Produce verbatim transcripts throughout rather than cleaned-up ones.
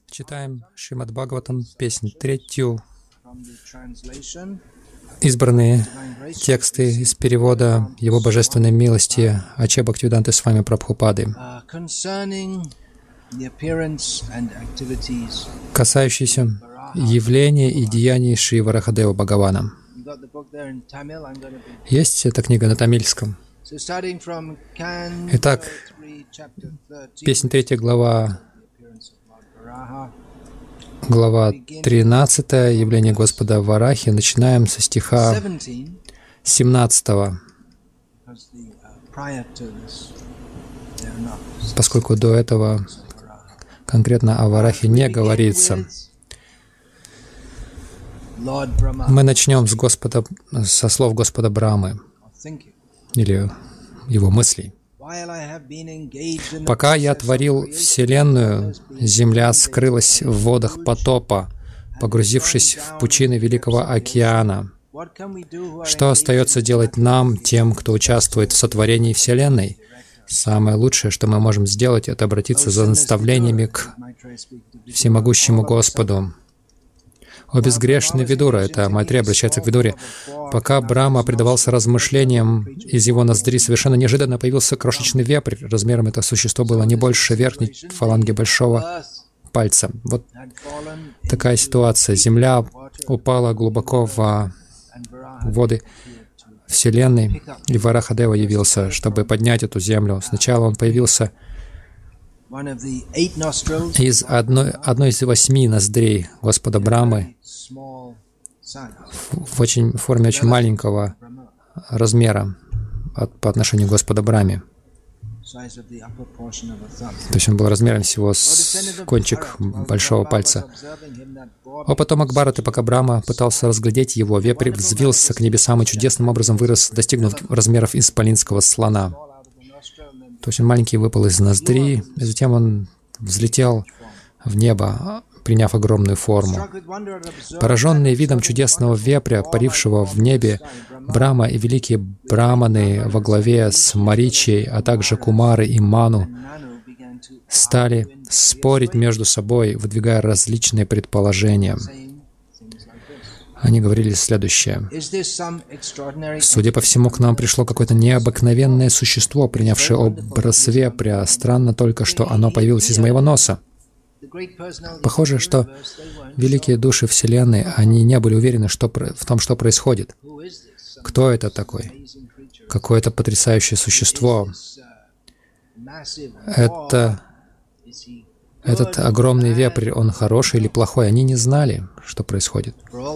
Читаем Шримад Бхагаватам, песнь третью, избранные тексты из перевода Его Божественной милости Аче Бхактивиданты Свами Прабхупады, касающиеся явления и деяний Шри Варахадева Бхагавана. Есть эта книга на тамильском. Итак, песня третья, глава, глава тринадцатая, явление Господа Варахи. Начинаем со стиха семнадцатого, поскольку до этого конкретно о Варахе не говорится. Мы начнем с Господа, со слов Господа Брамы, или его мыслей. «Пока я творил Вселенную, земля скрылась в водах потопа, погрузившись в пучины Великого океана. Что остается делать нам, тем, кто участвует в сотворении Вселенной? Самое лучшее, что мы можем сделать, это обратиться за наставлениями к всемогущему Господу». «О безгрешный Видура», это Майтрея обращается к Видуре, «пока Брахма предавался размышлениям, из его ноздри совершенно неожиданно появился крошечный вепрь. Размером это существо было не больше верхней фаланги большого пальца». Вот такая ситуация. Земля упала глубоко в воды Вселенной, и Варахадева явился, чтобы поднять эту землю. Сначала он появился из одной, одной из восьми ноздрей Господа Брамы в, очень, в форме очень маленького размера от, по отношению к Господа Браме. То есть он был размером всего с кончик большого пальца. А потом Акбараты, пока Брама пытался разглядеть его, вепрь взвился к небесам и чудесным образом вырос, достигнув размеров исполинского слона. То есть он маленький выпал из ноздри, и затем он взлетел в небо, приняв огромную форму. Пораженные видом чудесного вепря, парившего в небе, Брама и великие браманы во главе с Маричей, а также Кумары и Ману, стали спорить между собой, выдвигая различные предположения. Они говорили следующее: «Судя по всему, к нам пришло какое-то необыкновенное существо, принявшее образ вепря. Странно только, что оно появилось из моего носа». Похоже, что великие души Вселенной, они не были уверены что, в том, что происходит. Кто это такой? Какое-то потрясающее существо. Это... Этот огромный вепрь, он хороший или плохой? Они не знали, что происходит.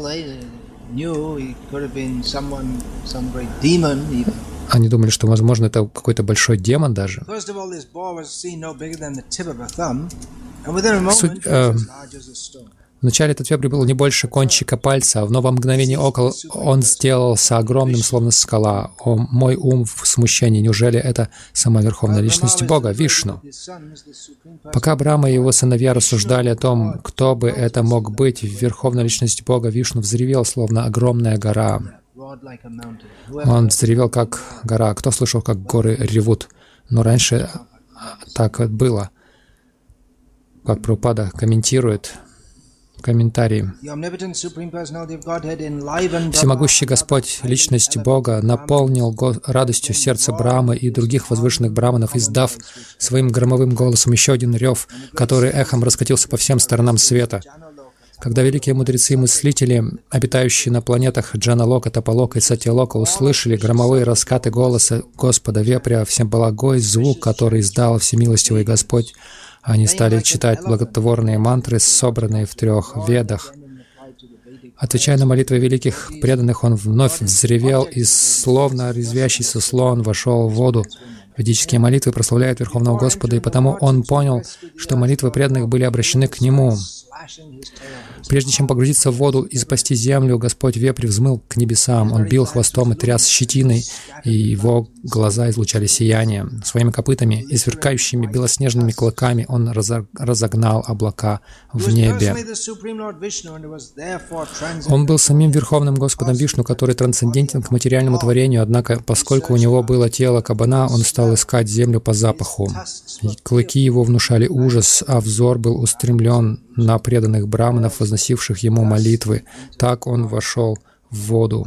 Они думали, что, возможно, это какой-то большой демон даже. Суть, э, вначале этот вепрь был не больше кончика пальца, а в новом мгновении ока он сделался огромным, словно скала. О, мой ум в смущении! Неужели это сама Верховная Личность Бога, Вишну? Пока Брахма и его сыновья рассуждали о том, кто бы это мог быть, Верховная Личность Бога Вишну взревел, словно огромная гора. Он взревел, как гора. Кто слышал, как горы ревут? Но раньше так было. Как Прабхупада комментирует в комментарии. «Всемогущий Господь, Личность Бога, наполнил радостью сердце Брамы и других возвышенных браманов, издав своим громовым голосом еще один рев, который эхом раскатился по всем сторонам света. Когда великие мудрецы и мыслители, обитающие на планетах Джаналока, Тапалока и Сатьялока, услышали громовые раскаты голоса Господа Вепря, всеблагой звук, который издал Всемилостивый Господь, они стали читать благотворные мантры, собранные в трех ведах. Отвечая на молитвы великих преданных, он вновь взревел, и словно резвящийся слон вошел в воду. Ведические молитвы прославляют Верховного Господа, и потому он понял, что молитвы преданных были обращены к нему. Прежде чем погрузиться в воду и спасти землю, Господь Вепрь взмыл к небесам. Он бил хвостом и тряс щетиной, и его глаза излучали сияние. Своими копытами и сверкающими белоснежными клыками он разогнал облака в небе. Он был самим Верховным Господом Вишну, который трансцендентен к материальному творению, однако, поскольку у него было тело кабана, он стал искать землю по запаху. Клыки его внушали ужас, а взор был устремлен на преданных браманов, возносивших ему молитвы. Так он вошел в воду.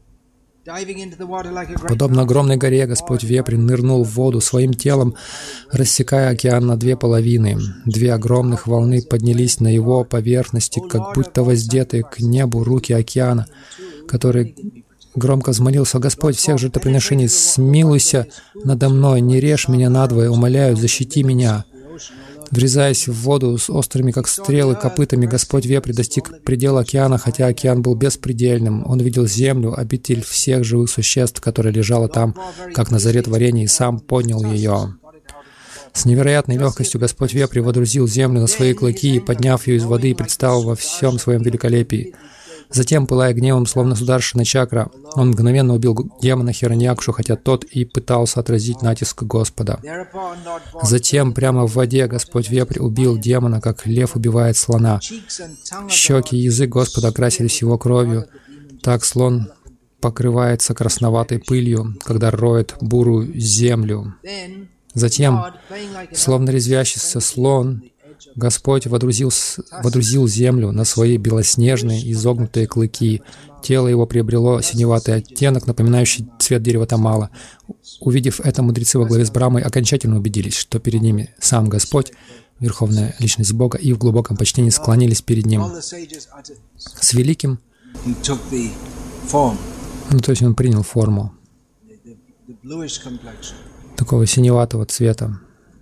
Подобно огромной горе, Господь Вепрь нырнул в воду своим телом, рассекая океан на две половины. Две огромных волны поднялись на его поверхности, как будто воздетые к небу руки океана, который громко взмолился: «Господь всех жертвоприношений, смилуйся надо мной, не режь меня надвое, умоляю, защити меня». Врезаясь в воду с острыми, как стрелы, копытами, Господь Вепрь достиг предела океана, хотя океан был беспредельным. Он видел землю, обитель всех живых существ, которая лежала там, как на заре творения, и сам поднял ее. С невероятной легкостью Господь Вепрь водрузил землю на свои клыки и, подняв ее из воды, представил во всем своем великолепии. Затем, пылая гневом, словно сударшина чакра, он мгновенно убил демона Хираньякшу, хотя тот и пытался отразить натиск Господа. Затем, прямо в воде, Господь Вепрь убил демона, как лев убивает слона. Щеки и язык Господа окрасились его кровью. Так слон покрывается красноватой пылью, когда роет бурую землю. Затем, словно резвящийся слон, Господь водрузил, водрузил землю на свои белоснежные изогнутые клыки. Тело его приобрело синеватый оттенок, напоминающий цвет дерева тамала. Увидев это, мудрецы во главе с Брамой окончательно убедились, что перед ними сам Господь, Верховная Личность Бога, и в глубоком почтении склонились перед Ним. С великим... Ну, то есть Он принял форму такого синеватого цвета,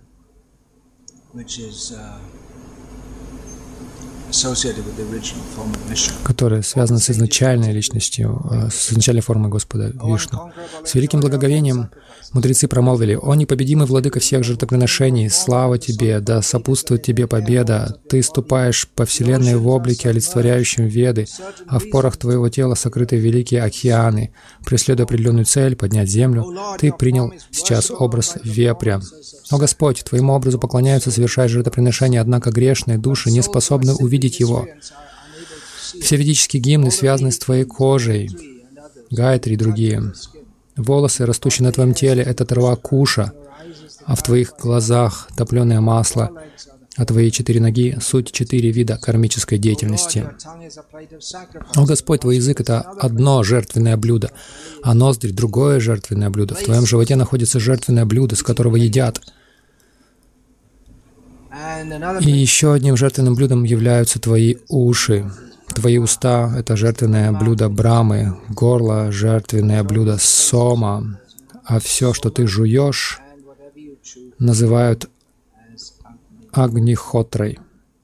которая связана с изначальной личностью, с изначальной формой Господа Вишну. С великим благоговением мудрецы промолвили: «О непобедимый владыка всех жертвоприношений, слава Тебе, да сопутствует Тебе победа! Ты ступаешь по вселенной в облике, олицетворяющем Веды, а в порах Твоего тела сокрыты великие океаны. Преследуя определенную цель — поднять землю, Ты принял сейчас образ вепря. О Господь, Твоему образу поклоняются, совершая жертвоприношения, однако грешные души не способны увидеть его. Все ведические гимны связаны с Твоей кожей, гайатри и другие. Волосы, растущие на Твоем теле, — это трава куша, а в Твоих глазах топленое масло, а Твои четыре ноги — суть четыре вида кармической деятельности. О Господь, Твой язык — это одно жертвенное блюдо, а ноздри — другое жертвенное блюдо. В Твоем животе находится жертвенное блюдо, с которого едят. И еще одним жертвенным блюдом являются Твои уши. Твои уста — это жертвенное блюдо Брамы, горло — жертвенное блюдо Сома, а все, что ты жуешь, называют Агнихотрой.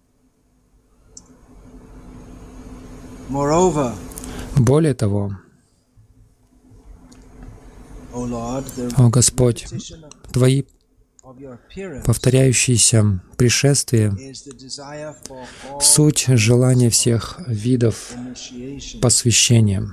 Более того, о Господь, Твои повторяющиеся пришествия — суть желания всех видов посвящения.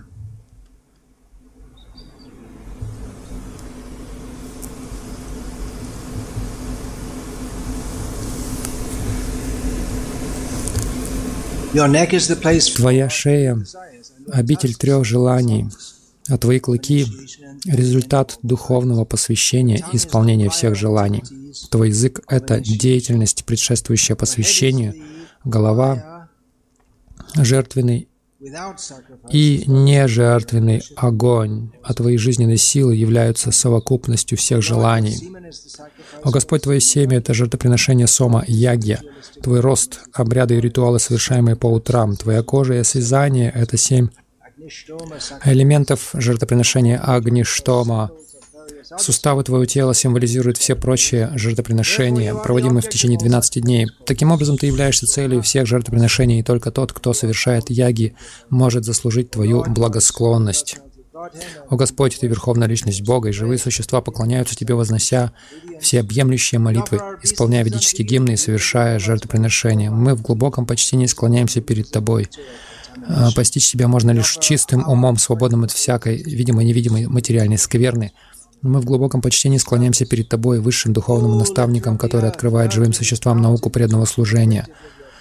Твоя шея — обитель трех желаний, а Твои клыки — результат духовного посвящения и исполнения всех желаний. Твой язык — это деятельность, предшествующая посвящению, голова — жертвенный и нежертвенный огонь, а Твои жизненные силы являются совокупностью всех желаний. О Господь, Твое семя — это жертвоприношение Сома Ягья. Твой рост — обряды и ритуалы, совершаемые по утрам. Твоя кожа и осязание — это семь элементов жертвоприношения Агништома. Суставы Твоего тела символизируют все прочие жертвоприношения, проводимые в течение двенадцати дней. Таким образом, Ты являешься целью всех жертвоприношений, и только тот, кто совершает яги, может заслужить Твою благосклонность. О Господь, Ты Верховная Личность Бога, и живые существа поклоняются Тебе, вознося всеобъемлющие молитвы, исполняя ведические гимны и совершая жертвоприношения. Мы в глубоком почтении склоняемся перед Тобой. Постичь Тебя можно лишь чистым умом, свободным от всякой видимой и невидимой материальной скверны. Мы в глубоком почтении склоняемся перед Тобой, высшим духовным наставником, который открывает живым существам науку преданного служения.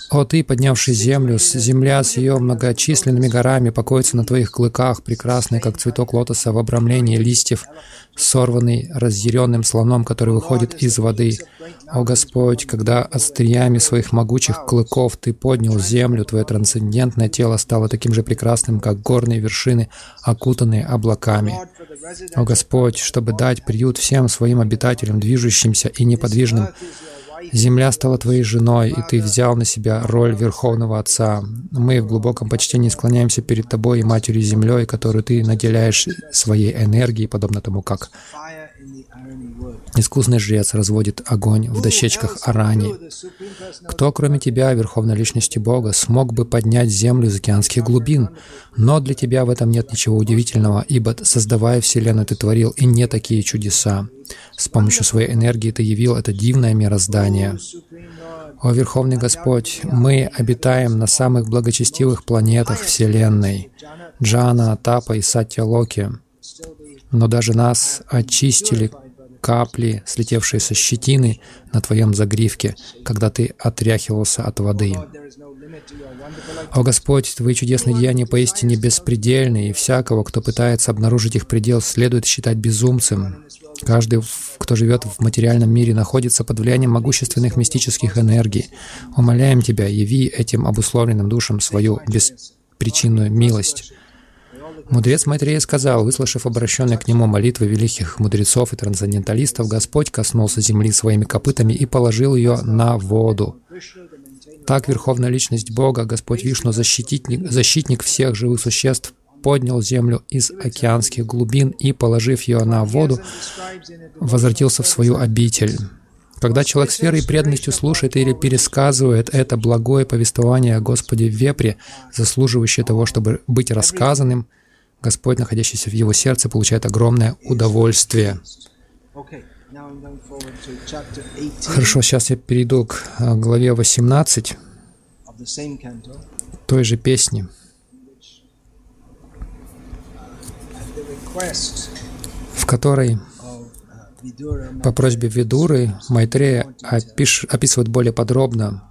«О ты, поднявший землю, земля с ее многочисленными горами покоится на твоих клыках, прекрасный, как цветок лотоса в обрамлении листьев, сорванный разъяренным слоном, который выходит из воды. О Господь, когда остриями своих могучих клыков Ты поднял землю, Твое трансцендентное тело стало таким же прекрасным, как горные вершины, окутанные облаками. О Господь, чтобы дать приют всем Своим обитателям, движущимся и неподвижным, земля стала Твоей женой, и Ты взял на себя роль Верховного Отца. Мы в глубоком почтении склоняемся перед Тобой и Матерью Землей, которую Ты наделяешь своей энергией, подобно тому, как искусный жрец разводит огонь в дощечках арани. Кто, кроме Тебя, Верховной Личности Бога, смог бы поднять землю из океанских глубин? Но для Тебя в этом нет ничего удивительного, ибо, создавая Вселенную, Ты творил и не такие чудеса. С помощью своей энергии Ты явил это дивное мироздание. О Верховный Господь, мы обитаем на самых благочестивых планетах Вселенной — Джана, Тапа и Сатья-Локи. Но даже нас очистили капли, слетевшие со щетины на Твоем загривке, когда Ты отряхивался от воды. О Господь, Твои чудесные деяния поистине беспредельны, и всякого, кто пытается обнаружить их предел, следует считать безумцем. Каждый, кто живет в материальном мире, находится под влиянием могущественных мистических энергий. Умоляем Тебя, яви этим обусловленным душам свою беспричинную милость. Мудрец Майтрея сказал, выслушав обращенные к нему молитвы великих мудрецов и трансценденталистов, Господь коснулся земли своими копытами и положил ее на воду. Так Верховная Личность Бога, Господь Вишну, защитник, защитник всех живых существ, поднял землю из океанских глубин и, положив ее на воду, возвратился в свою обитель. Когда человек с верой и преданностью слушает или пересказывает это благое повествование о Господе Вепре, заслуживающее того, чтобы быть рассказанным, Господь, находящийся в его сердце, получает огромное удовольствие. Хорошо, сейчас я перейду к главе восемнадцать той же песни, в которой по просьбе Видуры Майтрея опиш, описывает более подробно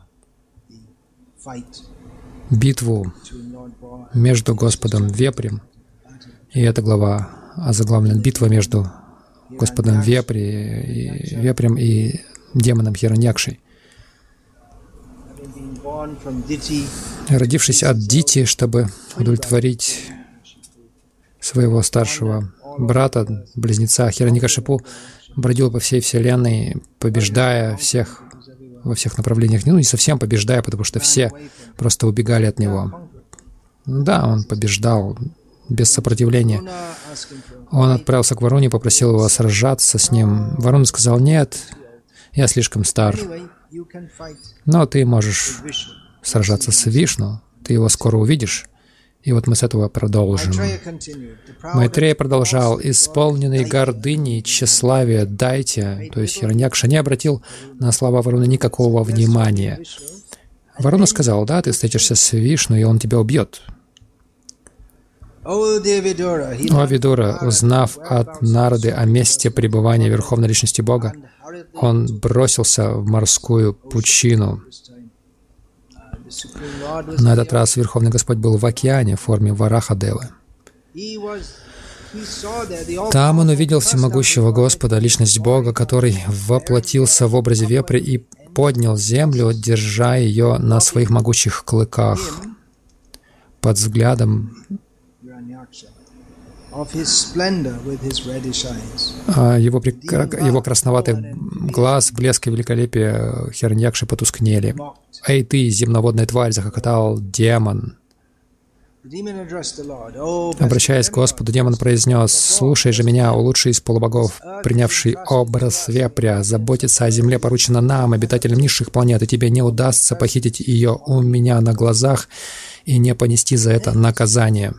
битву между Господом Вепрем, и эта глава озаглавлена «Битва между Господом Вепре и, Вепрем и демоном Хираньякшей». Родившись от Дити, чтобы удовлетворить своего старшего брата, близнеца Хираньякашипу, бродил по всей Вселенной, побеждая всех во всех направлениях. Ну, не совсем побеждая, потому что все просто убегали от него. Да, он побеждал без сопротивления. Он отправился к Варуне, попросил его сражаться с ним. Варуна сказал: «Нет, я слишком стар, но ты можешь сражаться с Вишну, ты его скоро увидишь». И вот мы с этого продолжим. Майтрея продолжал: «Исполненный гордыни и тщеславия дайте», то есть Хираньякша не обратил на слова Варуны никакого внимания. Варуна сказал: «Да, ты встретишься с Вишну, и он тебя убьет». «О, Видура, узнав от Нарды о месте пребывания Верховной Личности Бога, он бросился в морскую пучину». На этот раз Верховный Господь был в океане в форме Варахадевы. Там он увидел всемогущего Господа, Личность Бога, который воплотился в образе вепря и поднял землю, держа ее на своих могучих клыках. Под взглядом Его, его красноватый глаз, блеск и великолепие Хираньякши потускнели. «Эй ты, земноводная тварь!» — захохотал демон. Обращаясь к Господу, демон произнес: «Слушай же меня, о лучший из полубогов, принявший образ вепря, заботиться о земле поручено нам, обитателям низших планет, и тебе не удастся похитить ее у меня на глазах и не понести за это наказание».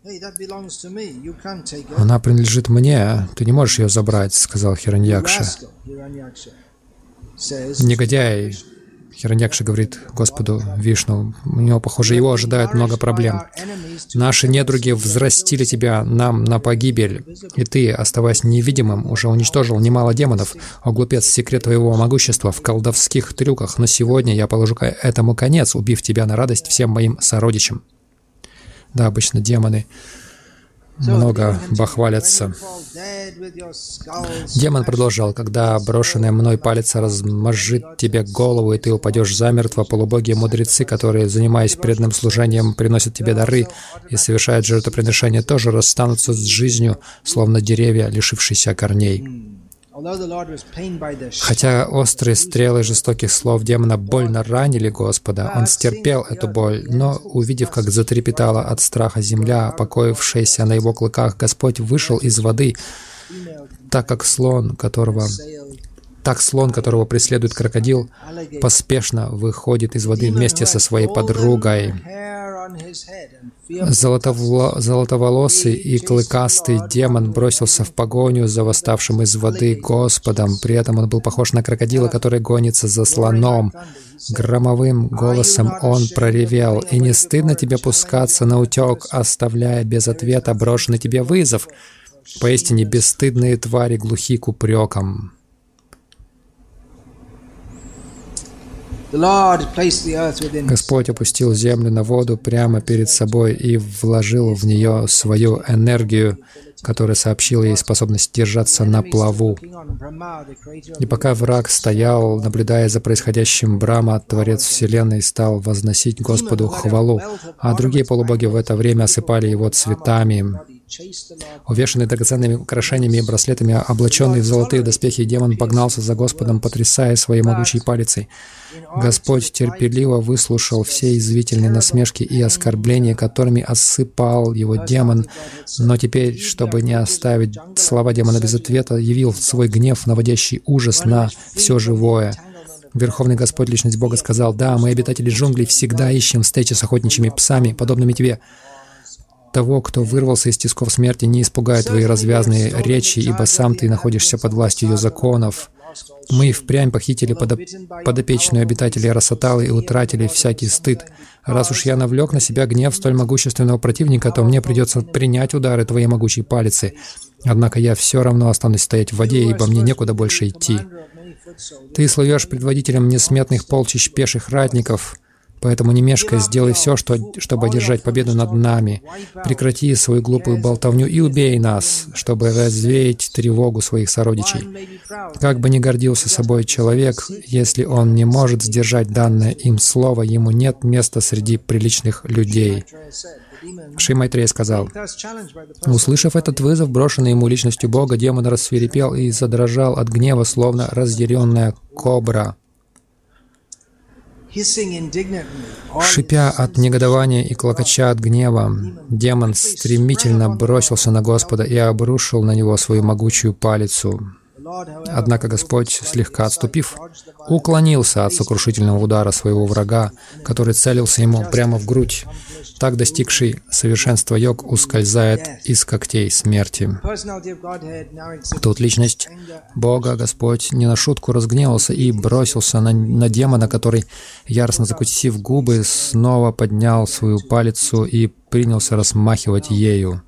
«Она принадлежит мне, ты не можешь ее забрать», — сказал Хираньякша. «Негодяй!» Хираньякша говорит Господу Вишну, у него, похоже, его ожидает много проблем. «Наши недруги взрастили тебя нам на погибель, и ты, оставаясь невидимым, уже уничтожил немало демонов. О, глупец, секрет твоего могущества в колдовских трюках, но сегодня я положу этому конец, убив тебя на радость всем моим сородичам». Да, обычно демоны много бахвалятся. Демон продолжал: «Когда брошенный мной палец размозжит тебе голову, и ты упадешь замертво, полубоги и мудрецы, которые, занимаясь преданным служением, приносят тебе дары и совершают жертвоприношения, тоже расстанутся с жизнью, словно деревья, лишившиеся корней». Хотя острые стрелы жестоких слов демона больно ранили Господа, он стерпел эту боль, но, увидев, как затрепетала от страха земля, покоившаяся на его клыках, Господь вышел из воды, так как слон, которого... Так слон, которого преследует крокодил, поспешно выходит из воды вместе со своей подругой. Золотовло... Золотоволосый и клыкастый демон бросился в погоню за восставшим из воды Господом. При этом он был похож на крокодила, который гонится за слоном. Громовым голосом он проревел: «И не стыдно тебе пускаться на утек, оставляя без ответа брошенный тебе вызов? Поистине бесстыдные твари глухи к упрекам». Господь опустил землю на воду прямо перед собой и вложил в нее свою энергию, которая сообщила ей способность держаться на плаву. И пока враг стоял, наблюдая за происходящим, Брахма, Творец Вселенной, стал возносить Господу хвалу, а другие полубоги в это время осыпали его цветами. Увешанный драгоценными украшениями и браслетами, облаченный в золотые доспехи, демон погнался за Господом, потрясая своей могучей палицей. Господь терпеливо выслушал все язвительные насмешки и оскорбления, которыми осыпал его демон, но теперь, чтобы не оставить слова демона без ответа, явил свой гнев, наводящий ужас на все живое. Верховный Господь, Личность Бога, сказал: «Да, мы, обитатели джунглей, всегда ищем встречи с охотничьими псами, подобными тебе. Того, кто вырвался из тисков смерти, не испугают твои развязные речи, ибо сам ты находишься под властью ее законов. Мы впрямь похитили подоп... подопечную обитателей Расаталы и утратили всякий стыд. Раз уж я навлек на себя гнев столь могущественного противника, то мне придется принять удары твоей могучей палицы. Однако я все равно останусь стоять в воде, ибо мне некуда больше идти. Ты слывешь предводителем несметных полчищ пеших ратников, поэтому не мешкай, сделай все, что, чтобы одержать победу над нами. Прекрати свою глупую болтовню и убей нас, чтобы развеять тревогу своих сородичей. Как бы ни гордился собой человек, если он не может сдержать данное им слово, ему нет места среди приличных людей». Шри Майтрея сказал: «Услышав этот вызов, брошенный ему личностью Бога, демон рассвирепел и задрожал от гнева, словно разъяренная кобра. Шипя от негодования и клокоча от гнева, демон стремительно бросился на Господа и обрушил на него свою могучую палицу. Однако Господь, слегка отступив, уклонился от сокрушительного удара своего врага, который целился ему прямо в грудь. Так достигший совершенства йог ускользает из когтей смерти». Тут личность Бога, Господь, не на шутку разгневался и бросился на, на демона, который, яростно закусив губы, снова поднял свою палицу и принялся размахивать ею.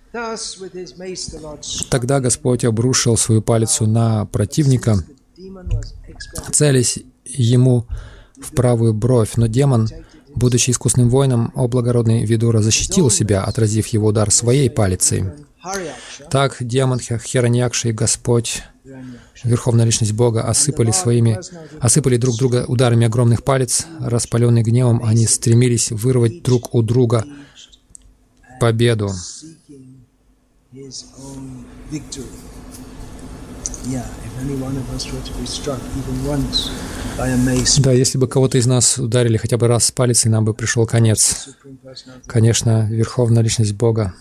Тогда Господь обрушил свою палицу на противника, целясь ему в правую бровь, но демон, будучи искусным воином, о благородный Видура, защитил себя, отразив его удар своей палицей. Так демон Хираньякша и Господь, Верховная Личность Бога, осыпали, своими, осыпали друг друга ударами огромных палец. Распаленный гневом, они стремились вырвать друг у друга победу. Да, если бы кого-то из нас ударили хотя бы раз с палицей, нам бы пришел конец. Конечно, Верховная Личность Бога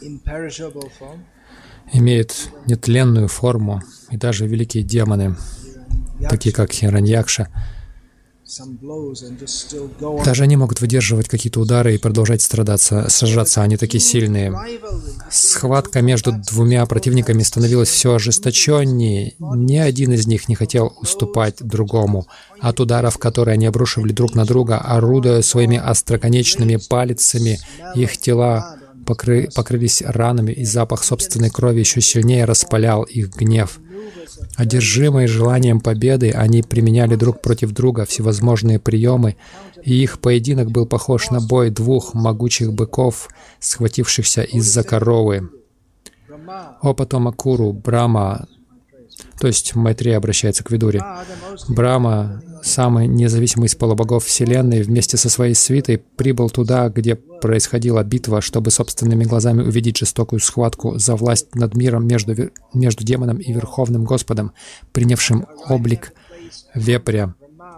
имеет нетленную форму, и даже великие демоны, такие как Хираньякша, Даже они могут выдерживать какие-то удары и продолжать страдаться, сражаться, они такие сильные. Схватка между двумя противниками становилась все ожесточеннее. Ни один из них не хотел уступать другому. От ударов, которые они обрушивали друг на друга, орудуя своими остроконечными палицами, их тела покры... покрылись ранами, и запах собственной крови еще сильнее распалял их гнев. Одержимые желанием победы, они применяли друг против друга всевозможные приемы, и их поединок был похож на бой двух могучих быков, схватившихся из-за коровы. О потомок Куру, Брахма, то есть Майтрея обращается к Видуре, Брахма, самый независимый из полубогов Вселенной, вместе со своей свитой прибыл туда, где происходила битва, чтобы собственными глазами увидеть жестокую схватку за власть над миром между, между демоном и Верховным Господом, принявшим облик вепря.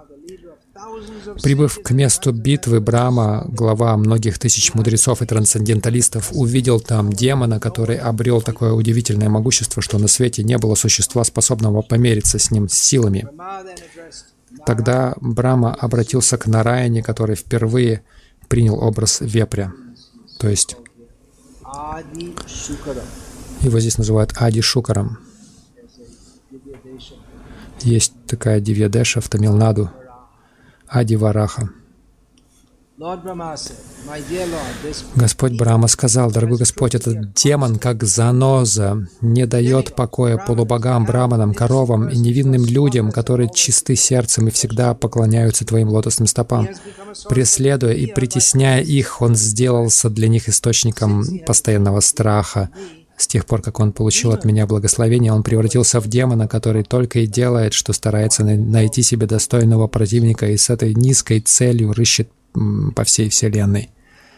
Прибыв к месту битвы, Брахма, глава многих тысяч мудрецов и трансценденталистов, увидел там демона, который обрел такое удивительное могущество, что на свете не было существа, способного помериться с ним силами. Тогда Брахма обратился к Нараяне, который впервые принял образ вепря. То есть его здесь называют Ади Шукаром. Есть такая Дивьядеша в Тамилнаду, Ади Вараха. Господь Брахма сказал: «Дорогой Господь, этот демон, как заноза, не дает покоя полубогам, браманам, коровам и невинным людям, которые чисты сердцем и всегда поклоняются Твоим лотосным стопам. Преследуя и притесняя их, он сделался для них источником постоянного страха. С тех пор, как он получил от меня благословение, он превратился в демона, который только и делает, что старается найти себе достойного противника и с этой низкой целью рыщет по всей Вселенной».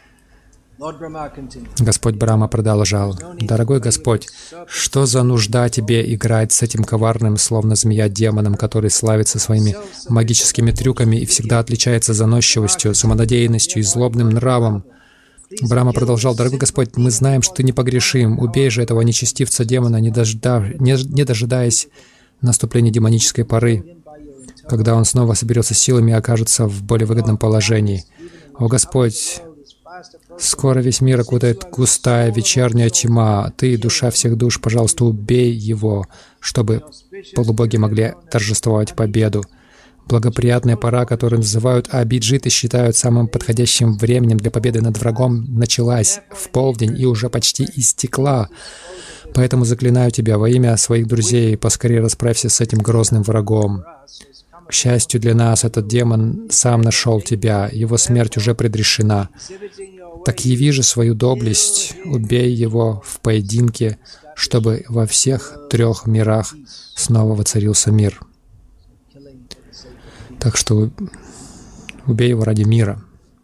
Господь Брахма продолжал: «Дорогой Господь, что за нужда тебе играть с этим коварным, словно змея, демоном, который славится своими магическими трюками и всегда отличается заносчивостью, самонадеянностью и злобным нравом?» Брахма продолжал: «Дорогой Господь, мы знаем, что Ты непогрешим. Убей же этого нечестивца демона, не, дождав... не, не дожидаясь наступления демонической поры, когда он снова соберется силами и окажется в более выгодном положении. О Господь, скоро весь мир окутает густая вечерняя тьма. Ты, душа всех душ, пожалуйста, убей его, чтобы полубоги могли торжествовать победу. Благоприятная пора, которую называют Абиджит и считают самым подходящим временем для победы над врагом, началась в полдень и уже почти истекла. Поэтому заклинаю Тебя во имя своих друзей, поскорее расправься с этим грозным врагом. К счастью для нас, этот демон сам нашел Тебя, его смерть уже предрешена. Так яви же свою доблесть, убей его в поединке, чтобы во всех трех мирах снова воцарился мир. Так что убей его ради мира».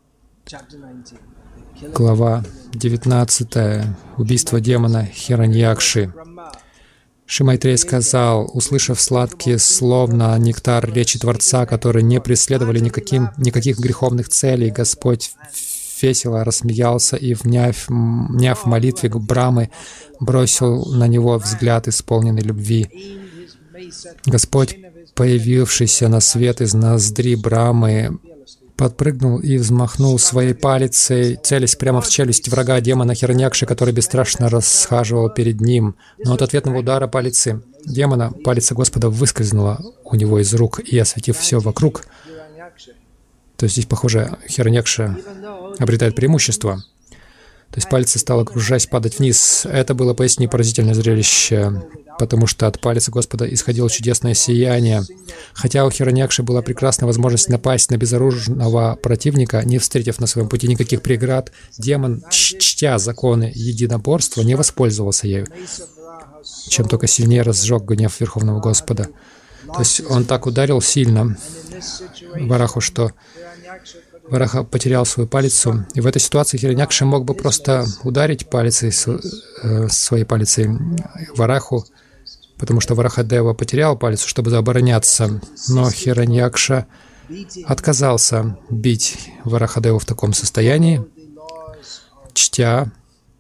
Глава девятнадцатая. Убийство демона Хираньякши. Шри Майтрея сказал: «Услышав сладкие, словно нектар речи Творца, которые не преследовали никаким, никаких греховных целей, Господь весело рассмеялся и, вняв, вняв молитве Брахмы, бросил на него взгляд, исполненный любви. Господь, появившийся на свет из ноздри Брахмы, подпрыгнул и взмахнул своей палицей, целясь прямо в челюсть врага демона Хираньякши, который бесстрашно расхаживал перед ним. Но от ответного удара палицы демона, палица Господа выскользнула у него из рук и, осветив все вокруг, то есть здесь, похоже, Хираньякша обретает преимущество. То есть палица стала, кружась, падать вниз. Это было поистине поразительное зрелище, потому что от палицы Господа исходило чудесное сияние. Хотя у Хираньякши была прекрасная возможность напасть на безоружного противника, не встретив на своем пути никаких преград, демон, чтя законы единоборства, не воспользовался ею, чем только сильнее разжег гнев Верховного Господа. То есть он так ударил сильно Вараху, что Вараха потерял свою палицу, и в этой ситуации Хираньякша мог бы просто ударить палицей, своей палицей Вараху, потому что Варахадева потерял палицу, чтобы обороняться, но Хираньякша отказался бить Варахадеву в таком состоянии, чтя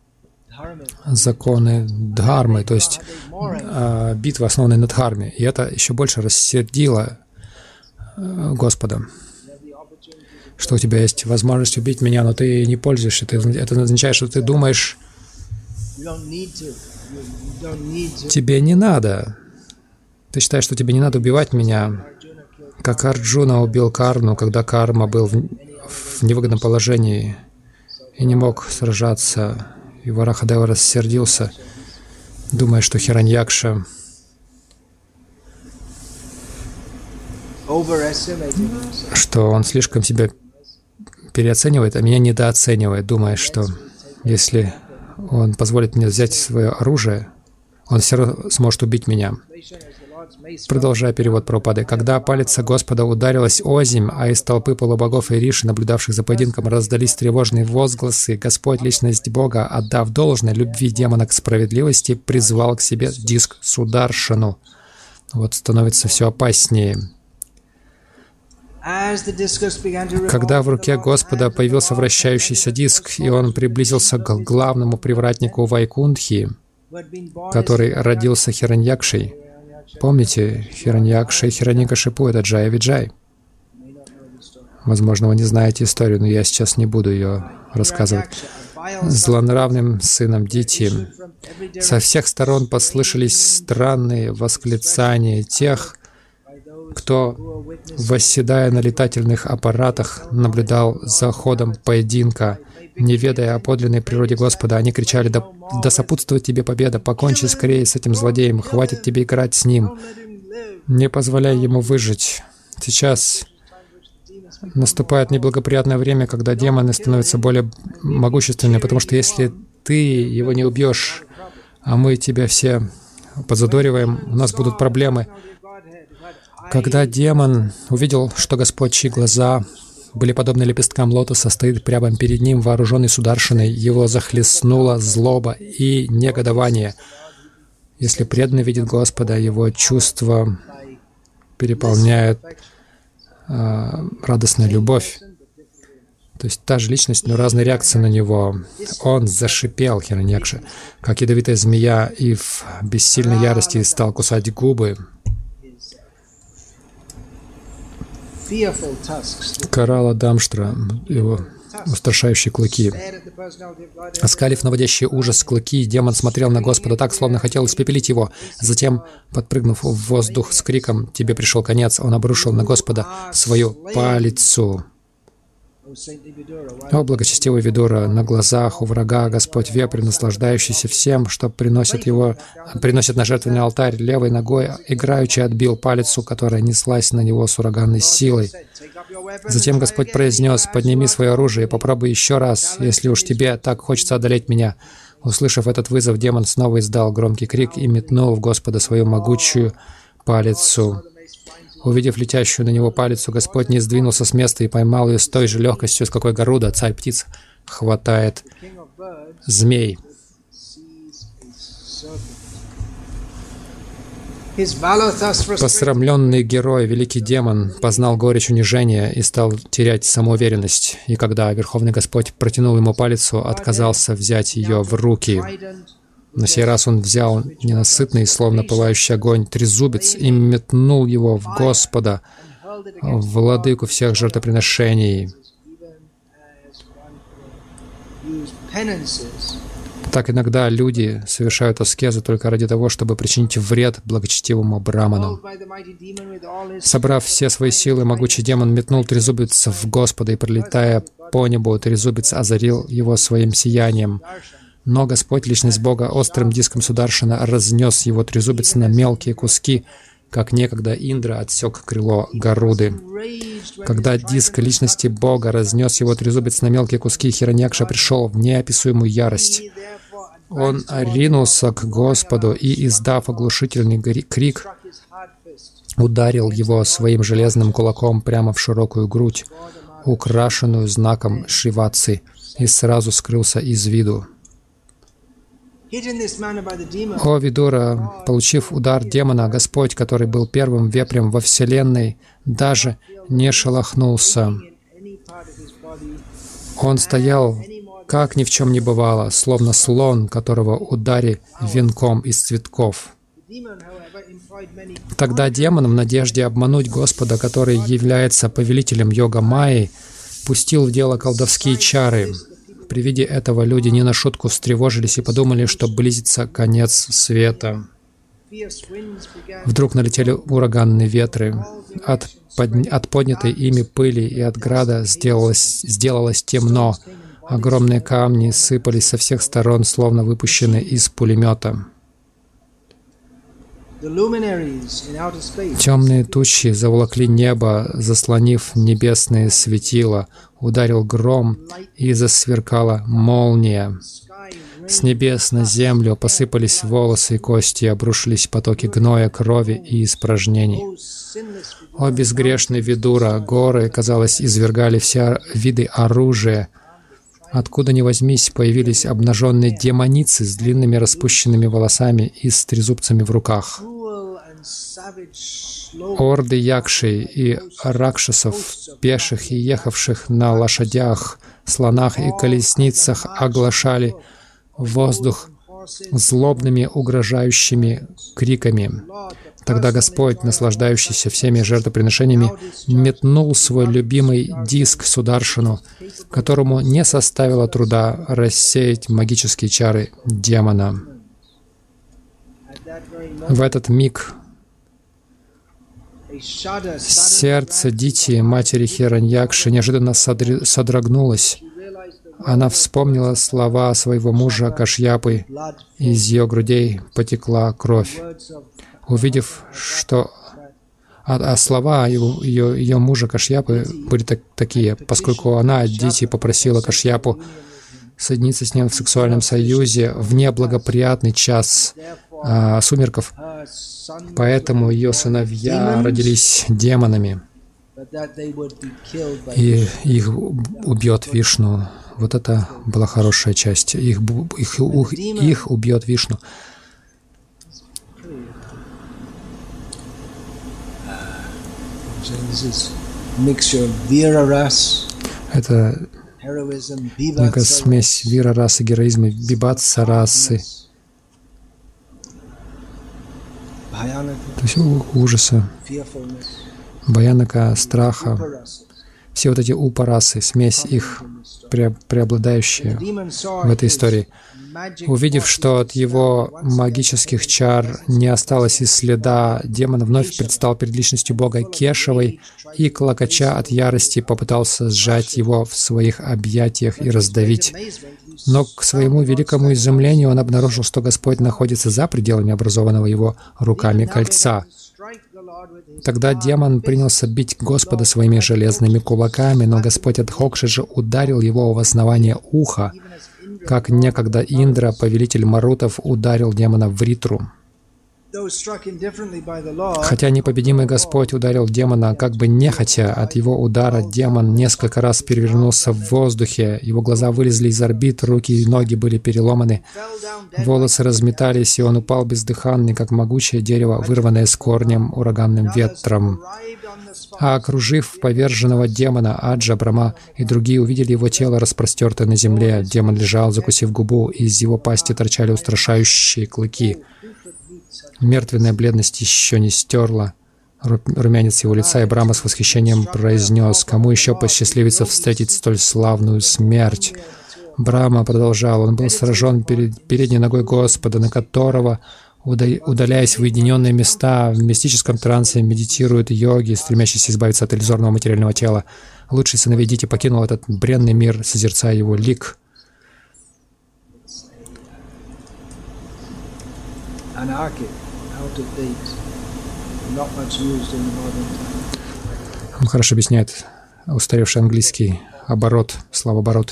законы Дхармы, то есть битва, основанная на Дхарме, и это еще больше рассердило Господа. что у тебя есть возможность убить меня, но ты не пользуешься. Это означает, что ты думаешь, тебе не надо. Ты считаешь, что тебе не надо убивать меня, как Арджуна убил Карну, когда Карма был в, в невыгодном положении и не мог сражаться. И Варахадева рассердился, думая, что Хираньякша что он слишком себя переоценивает, а меня недооценивает, думая, что если он позволит мне взять свое оружие, он все равно сможет убить меня. Продолжая перевод Прабхупады. Когда палец Господа ударилась озимь, а из толпы полубогов и риши, наблюдавших за поединком, раздались тревожные возгласы, Господь, Личность Бога, отдав должное любви демона к справедливости, призвал к себе диск Сударшану. Вот становится все опаснее. Когда в руке Господа появился вращающийся диск, и он приблизился к главному привратнику Вайкунтхи, который родился Хираньякшей. Помните, Хираньякша и Хираньякашипу — это Джая Виджай. Возможно, вы не знаете историю, но я сейчас не буду ее рассказывать. Злонравным сыном Дити. Со всех сторон послышались странные восклицания тех, кто, восседая на летательных аппаратах, наблюдал за ходом поединка, не ведая о подлинной природе Господа. Они кричали: «Да, да сопутствует тебе победа! Покончи скорее с этим злодеем! Хватит тебе играть с ним! Не позволяй ему выжить!» Сейчас наступает неблагоприятное время, когда демоны становятся более могущественными, потому что если ты его не убьешь, а мы тебя все подзадориваем, у нас будут проблемы. Когда демон увидел, что Господь, чьи глаза были подобны лепесткам лотоса, стоит прямо перед ним, вооруженный Сударшиной, его захлестнула злоба и негодование. Если преданный видит Господа, его чувства переполняют э, радостная любовь. То есть та же личность, но разные реакции на него. Он зашипел, Хираньякша, как ядовитая змея, и в бессильной ярости стал кусать губы. Карала Дамштра, его устрашающие клыки. Оскалив наводящий ужас клыки, демон смотрел на Господа так, словно хотел испепелить его. Затем, подпрыгнув в воздух с криком «Тебе пришел конец!», он обрушил на Господа свою палицу. О, благочестивый Видура, на глазах у врага Господь вепрь, наслаждающийся всем, что приносит его, приносит на жертвенный алтарь, левой ногой играючи отбил палицу, которая неслась на него с ураганной силой. Затем Господь произнес: «Подними свое оружие и попробуй еще раз, если уж тебе так хочется одолеть меня». Услышав этот вызов, демон снова издал громкий крик и метнул в Господа свою могучую палицу. Увидев летящую на него палицу, Господь не сдвинулся с места и поймал ее с той же легкостью, с какой Гаруда, царь птиц, хватает змей. Посрамленный герой, великий демон, познал горечь унижения и стал терять самоуверенность. И когда Верховный Господь протянул ему палицу, отказался взять ее в руки. На сей раз он взял ненасытный, словно пылающий огонь, трезубец и метнул его в Господа, владыку всех жертвоприношений. Так иногда люди совершают аскезы только ради того, чтобы причинить вред благочестивому браману. Собрав все свои силы, могучий демон метнул трезубец в Господа, и, пролетая по небу, трезубец озарил его своим сиянием. Но Господь, Личность Бога, острым диском Сударшана разнес его трезубец на мелкие куски, как некогда Индра отсек крыло Гаруды. Когда диск Личности Бога разнес его трезубец на мелкие куски, Хираньякша пришел в неописуемую ярость. Он ринулся к Господу и, издав оглушительный крик, ударил его своим железным кулаком прямо в широкую грудь, украшенную знаком Шриватсы, и сразу скрылся из виду. О, Видура, получив удар демона, Господь, который был первым вепрем во Вселенной, даже не шелохнулся. Он стоял, как ни в чем не бывало, словно слон, которого удари венком из цветков. Тогда демон, в надежде обмануть Господа, который является повелителем йога-майи, пустил в дело колдовские чары. При виде этого люди не на шутку встревожились и подумали, что близится конец света. Вдруг налетели ураганные ветры. От, под, от поднятой ими пыли и от града сделалось, сделалось темно. Огромные камни сыпались со всех сторон, словно выпущенные из пулемета. Темные тучи заволокли небо, заслонив небесные светила. Ударил гром, и засверкала молния. С небес на землю посыпались волосы и кости, обрушились потоки гноя, крови и испражнений. О безгрешный Видура! Горы, казалось, извергали все виды оружия. Откуда ни возьмись, появились обнаженные демоницы с длинными распущенными волосами и с трезубцами в руках. Орды якшей и ракшасов, пеших и ехавших на лошадях, слонах и колесницах, оглашали воздух злобными угрожающими криками. Тогда Господь, наслаждающийся всеми жертвоприношениями, метнул свой любимый диск Сударшану, которому не составило труда рассеять магические чары демона. В этот миг сердце Дити, матери Хираньякши, неожиданно содрогнулось. Она вспомнила слова своего мужа Кашьяпы, и из ее грудей потекла кровь. Увидев, что... А, а слова ее, ее, ее мужа Кашьяпы были так, такие, поскольку она, Дити, попросила Кашьяпу соединиться с ним в сексуальном союзе в неблагоприятный час а, сумерков, поэтому ее сыновья родились демонами, и их убьет Вишну. Вот это была хорошая часть. Их, их, их убьет Вишну. Это некая смесь вира-расы, героизма, бибатса-расы. То есть ужаса, баянака, страха. Все вот эти упарасы, смесь их, преобладающие в этой истории. Увидев, что от его магических чар не осталось и следа, демон вновь предстал перед личностью Бога Кешавой и, клокоча от ярости, попытался сжать его в своих объятиях и раздавить. Но к своему великому изумлению он обнаружил, что Господь находится за пределами образованного его руками кольца. Тогда демон принялся бить Господа своими железными кулаками, но Господь Адхокши же ударил его в основание уха, как некогда Индра, повелитель марутов, ударил демона в ритру. Хотя непобедимый Господь ударил демона как бы нехотя, от его удара демон несколько раз перевернулся в воздухе, его глаза вылезли из орбит, руки и ноги были переломаны, волосы разметались, и он упал бездыханный, как могучее дерево, вырванное с корнем ураганным ветром. А окружив поверженного демона, Аджа, Брахма и другие увидели его тело, распростертое на земле. Демон лежал, закусив губу, и из его пасти торчали устрашающие клыки. Мертвенная бледность еще не стерла румянец его лица, и Брахма с восхищением произнес: «Кому еще посчастливится встретить столь славную смерть?» Брахма продолжал: «Он был сражен перед передней ногой Господа, на которого, удаляясь в уединенные места, в мистическом трансе медитируют йоги, стремящиеся избавиться от иллюзорного материального тела. Лучший сыновей Дити покинул этот бренный мир, созерцая его лик». Он хорошо объясняет устаревший английский оборот, словооборот.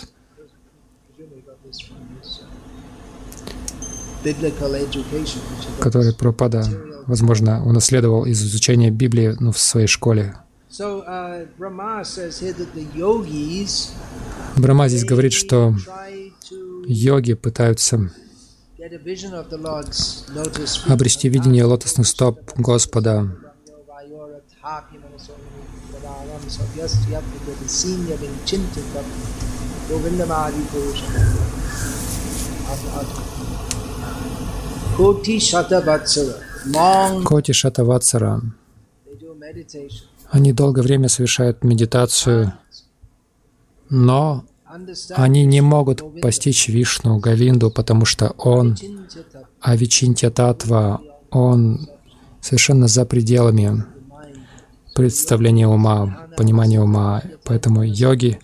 Который Прабхупада, возможно, унаследовал из изучения Библии, ну, в своей школе. Брахма здесь говорит, что йоги пытаются обрести видение лотосных стоп Господа. Коти Шатаватсара. Они долгое время совершают медитацию, но они не могут постичь Вишну, Говинду, потому что Он, Авичинтья Татва, Он совершенно за пределами представления ума, понимания ума. Поэтому йоги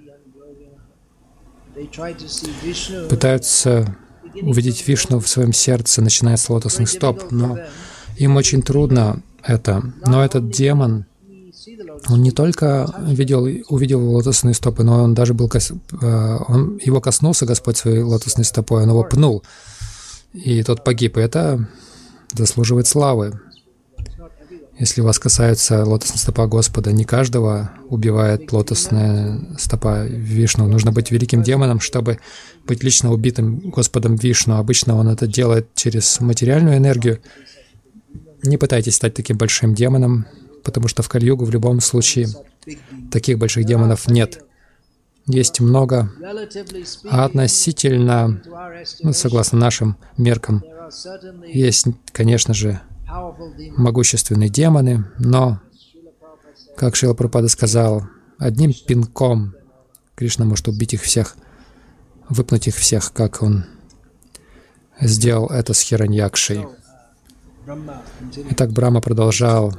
пытаются увидеть Вишну в своем сердце, начиная с лотосных стоп, но им очень трудно это. Но этот демон, он не только видел, увидел лотосные стопы, но он даже был, он, его коснулся Господь своей лотосной стопой, он его пнул, и тот погиб. И это заслуживает славы. Если вас касается лотосная стопа Господа, не каждого убивает лотосная стопа Вишну. Нужно быть великим демоном, чтобы быть лично убитым Господом Вишну. Обычно он это делает через материальную энергию. Не пытайтесь стать таким большим демоном, потому что в Кали-югу в любом случае таких больших демонов нет. Есть много, а относительно, ну, согласно нашим меркам, есть, конечно же, могущественные демоны, но, как Шрила Прабхупада сказал, одним пинком Кришна может убить их всех, выпнуть их всех, как он сделал это с Хираньякшей. Итак, Брахма продолжал.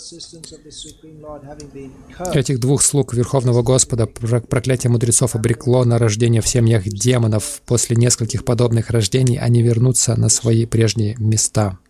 Этих двух слуг Верховного Господа проклятие мудрецов обрекло на рождение в семьях демонов. После нескольких подобных рождений они вернутся на свои прежние места.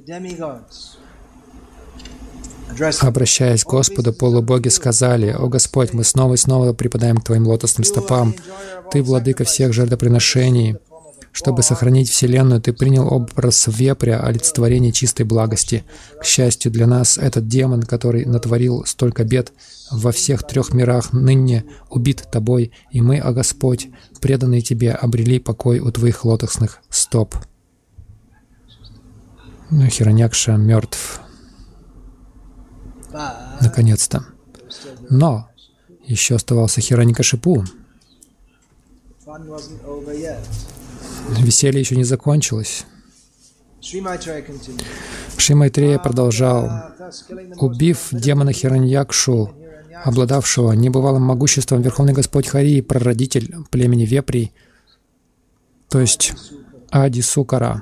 Обращаясь к Господу, полубоги сказали: «О Господь, мы снова и снова припадаем к Твоим лотосным стопам. Ты владыка всех жертвоприношений. Чтобы сохранить Вселенную, Ты принял образ вепря, олицетворение чистой благости. К счастью для нас, этот демон, который натворил столько бед во всех трех мирах, ныне убит Тобой, и мы, о Господь, преданные Тебе, обрели покой у Твоих лотосных стоп». Ну, Хираньякша мертв. Наконец-то. Но еще оставался Хираньякашипу. Веселье еще не закончилось. Шри Майтрея продолжал. Убив демона Хираньякшу, обладавшего небывалым могуществом, Верховный Господь Хари, прародитель племени Вепрей, то есть Ади Сукара,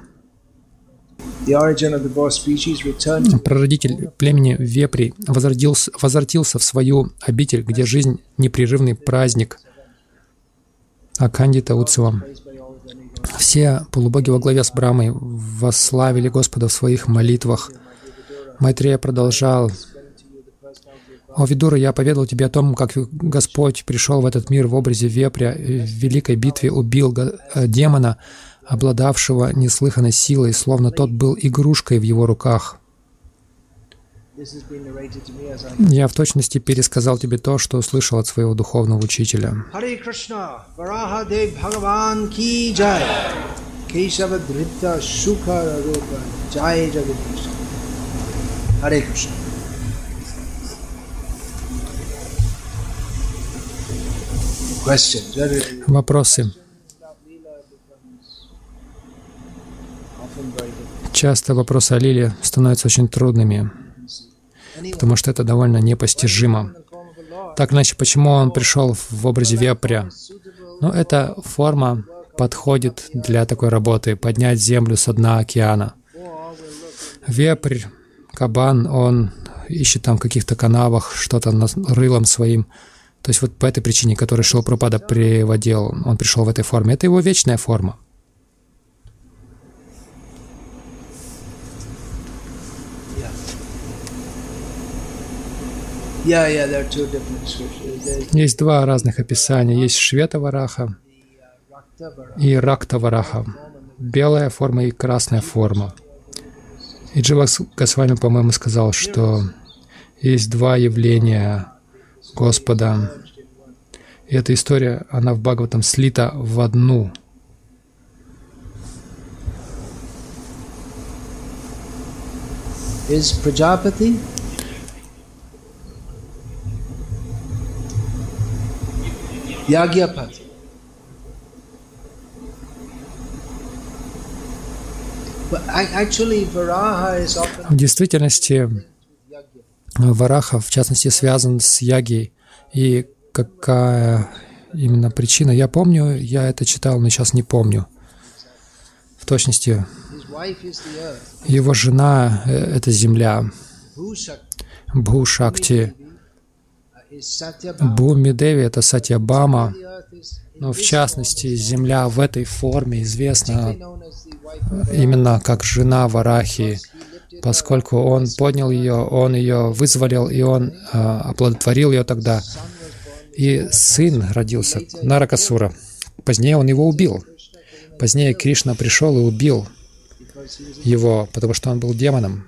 прародитель племени Вепрей, возродился, возвратился в свою обитель, где жизнь — непрерывный праздник Акхандита Утсавам. Все полубоги во главе с Брахмой восславили Господа в своих молитвах. Майтрея продолжал. «О Видура, я поведал тебе о том, как Господь пришел в этот мир в образе вепря, и в великой битве убил демона, обладавшего неслыханной силой, словно тот был игрушкой в его руках. Я в точности пересказал тебе то, что услышал от своего духовного учителя». Вопросы. Часто вопросы о лиле становятся очень трудными, потому что это довольно непостижимо. Так иначе, почему он пришел в образе вепря? Ну, эта форма подходит для такой работы — поднять землю со дна океана. Вепрь, кабан, он ищет там в каких-то канавах что-то рылом своим. То есть вот по этой причине, которую Шрила Прабхупада приводил, он пришел в этой форме. Это его вечная форма. Есть два разных описания. Есть Швета-вараха и Ракта-вараха. Белая форма и красная форма. И Джива Госвами, по-моему, сказал, что есть два явления Господа. И эта история, она в Бхагаватам слита в одну. Is Prajapati Yagyapati? В действительности, Вараха, в частности, связан с Ягьей. И какая именно причина. Я помню, я это читал, но сейчас не помню. В точности, его жена — это земля. Бху-шакти. Бхуми-деви — это Сатьябама. Но в частности, земля в этой форме известна именно как жена Варахи, поскольку он поднял ее, он ее вызволил, и он э, оплодотворил ее тогда. И сын родился, Наракасура. Позднее он его убил. Позднее Кришна пришел и убил его, потому что он был демоном.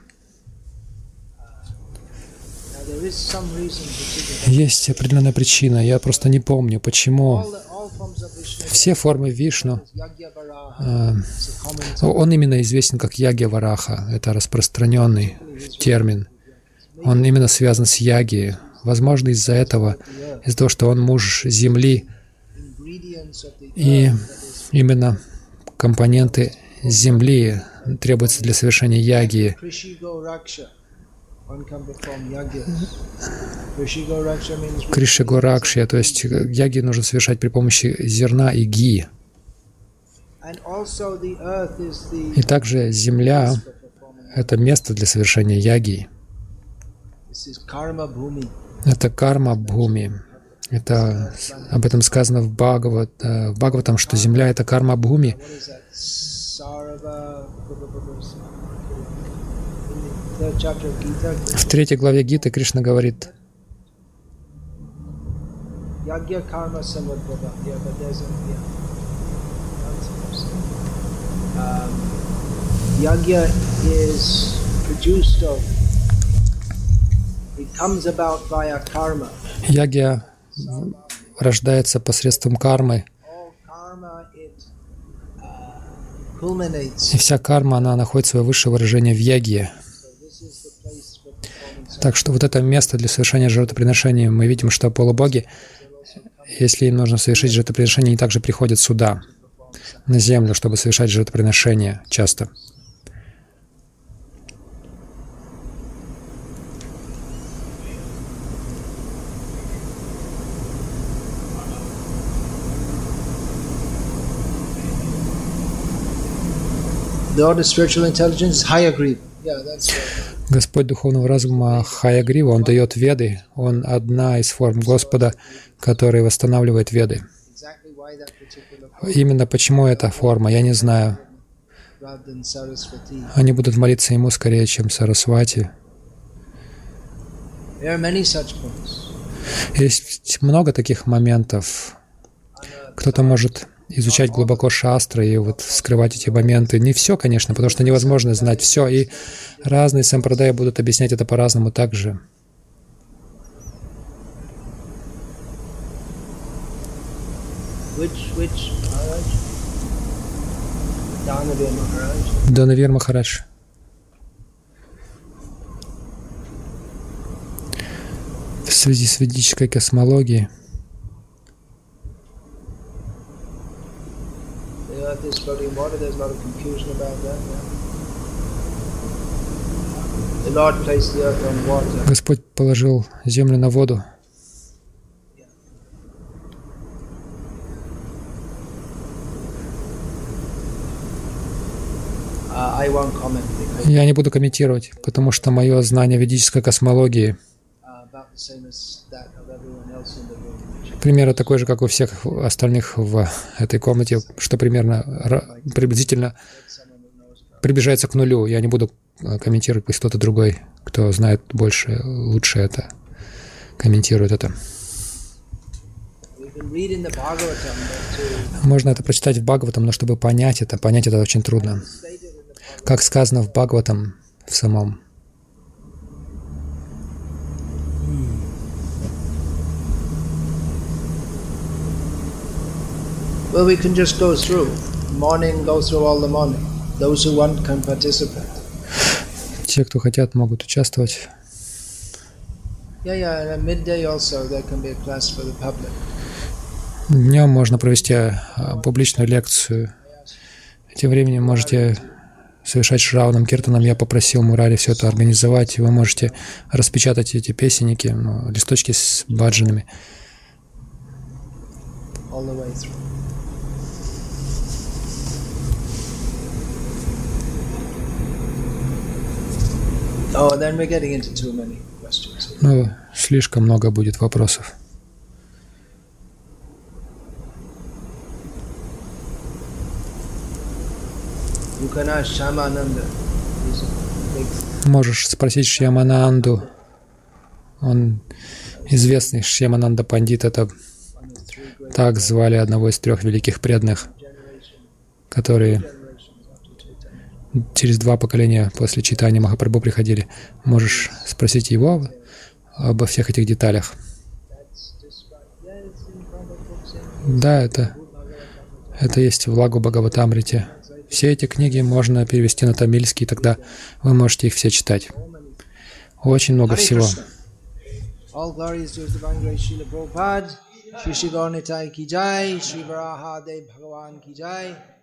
Есть определенная причина, я просто не помню, почему все формы Вишну, э, он именно известен как Ягья-вараха, это распространенный термин. Он именно связан с Ягьей. Возможно, из-за этого, из-за того, что он муж земли, и именно компоненты земли требуются для совершения Ягьи. Криши-горакшия, то есть ягьи нужно совершать при помощи зерна и ги. И также земля — это место для совершения ягьи. Это карма-бхуми. Это, об этом сказано в Бхагават, в Бхагаватам, что земля — это карма-бхуми. В третьей главе Гиты Кришна говорит: ягья рождается посредством кармы. И вся карма, она находит свое высшее выражение в ягье. Так что вот это место для совершения жертвоприношений, мы видим, что полубоги, если им нужно совершить жертвоприношение, они также приходят сюда, на землю, чтобы совершать жертвоприношения часто. Господь Духовного Разума Хаягрива, Он дает Веды, Он одна из форм Господа, который восстанавливает Веды. Именно почему эта форма, я не знаю. Они будут молиться Ему скорее, чем Сарасвати. Есть много таких моментов. Кто-то может изучать глубоко шастры и вот вскрывать эти моменты. Не все, конечно, потому что невозможно знать все, и разные сампрадаи будут объяснять это по-разному также. Данавир Махарадж. В связи с ведической космологией Господь положил землю на воду. Я не буду комментировать, потому что мое знание ведической космологии примерно такой же, как у всех остальных в этой комнате, что примерно приблизительно приближается к нулю. Я не буду комментировать, пусть кто-то другой, кто знает больше, лучше это, комментирует это. Можно это прочитать в Бхагаватам, но чтобы понять это, понять это очень трудно. Как сказано в Бхагаватам в самом. Well, we can just go through. Morning, go through all the morning. Those who want can participate. Те, кто хотят, могут участвовать. Yeah, yeah, and at midday also there can be a class for the public. Днем можно провести публичную лекцию. Тем временем можете совершать Шраванам Киртанам. Я попросил Мурари все это организовать, и вы можете распечатать эти песенники, ну, листочки с баджанами. all the way through. Oh, then we're getting into too many questions. Ну, слишком много будет вопросов. You can ask Shyamananda. He's a big... Можешь спросить Шьямананду. Он известный Шьямананда Пандит. Это так звали одного из трех великих преданных, которые через два поколения после читания Махапрабху приходили. Можешь спросить его обо всех этих деталях. Да, это, это есть в Лагу Бхагаватамрите. Все эти книги можно перевести на тамильский, тогда вы можете их все читать. Очень много всего. Shri Shri Gaur Nitai ki jai, Shri Varaha Dev Bhagavan ki jai.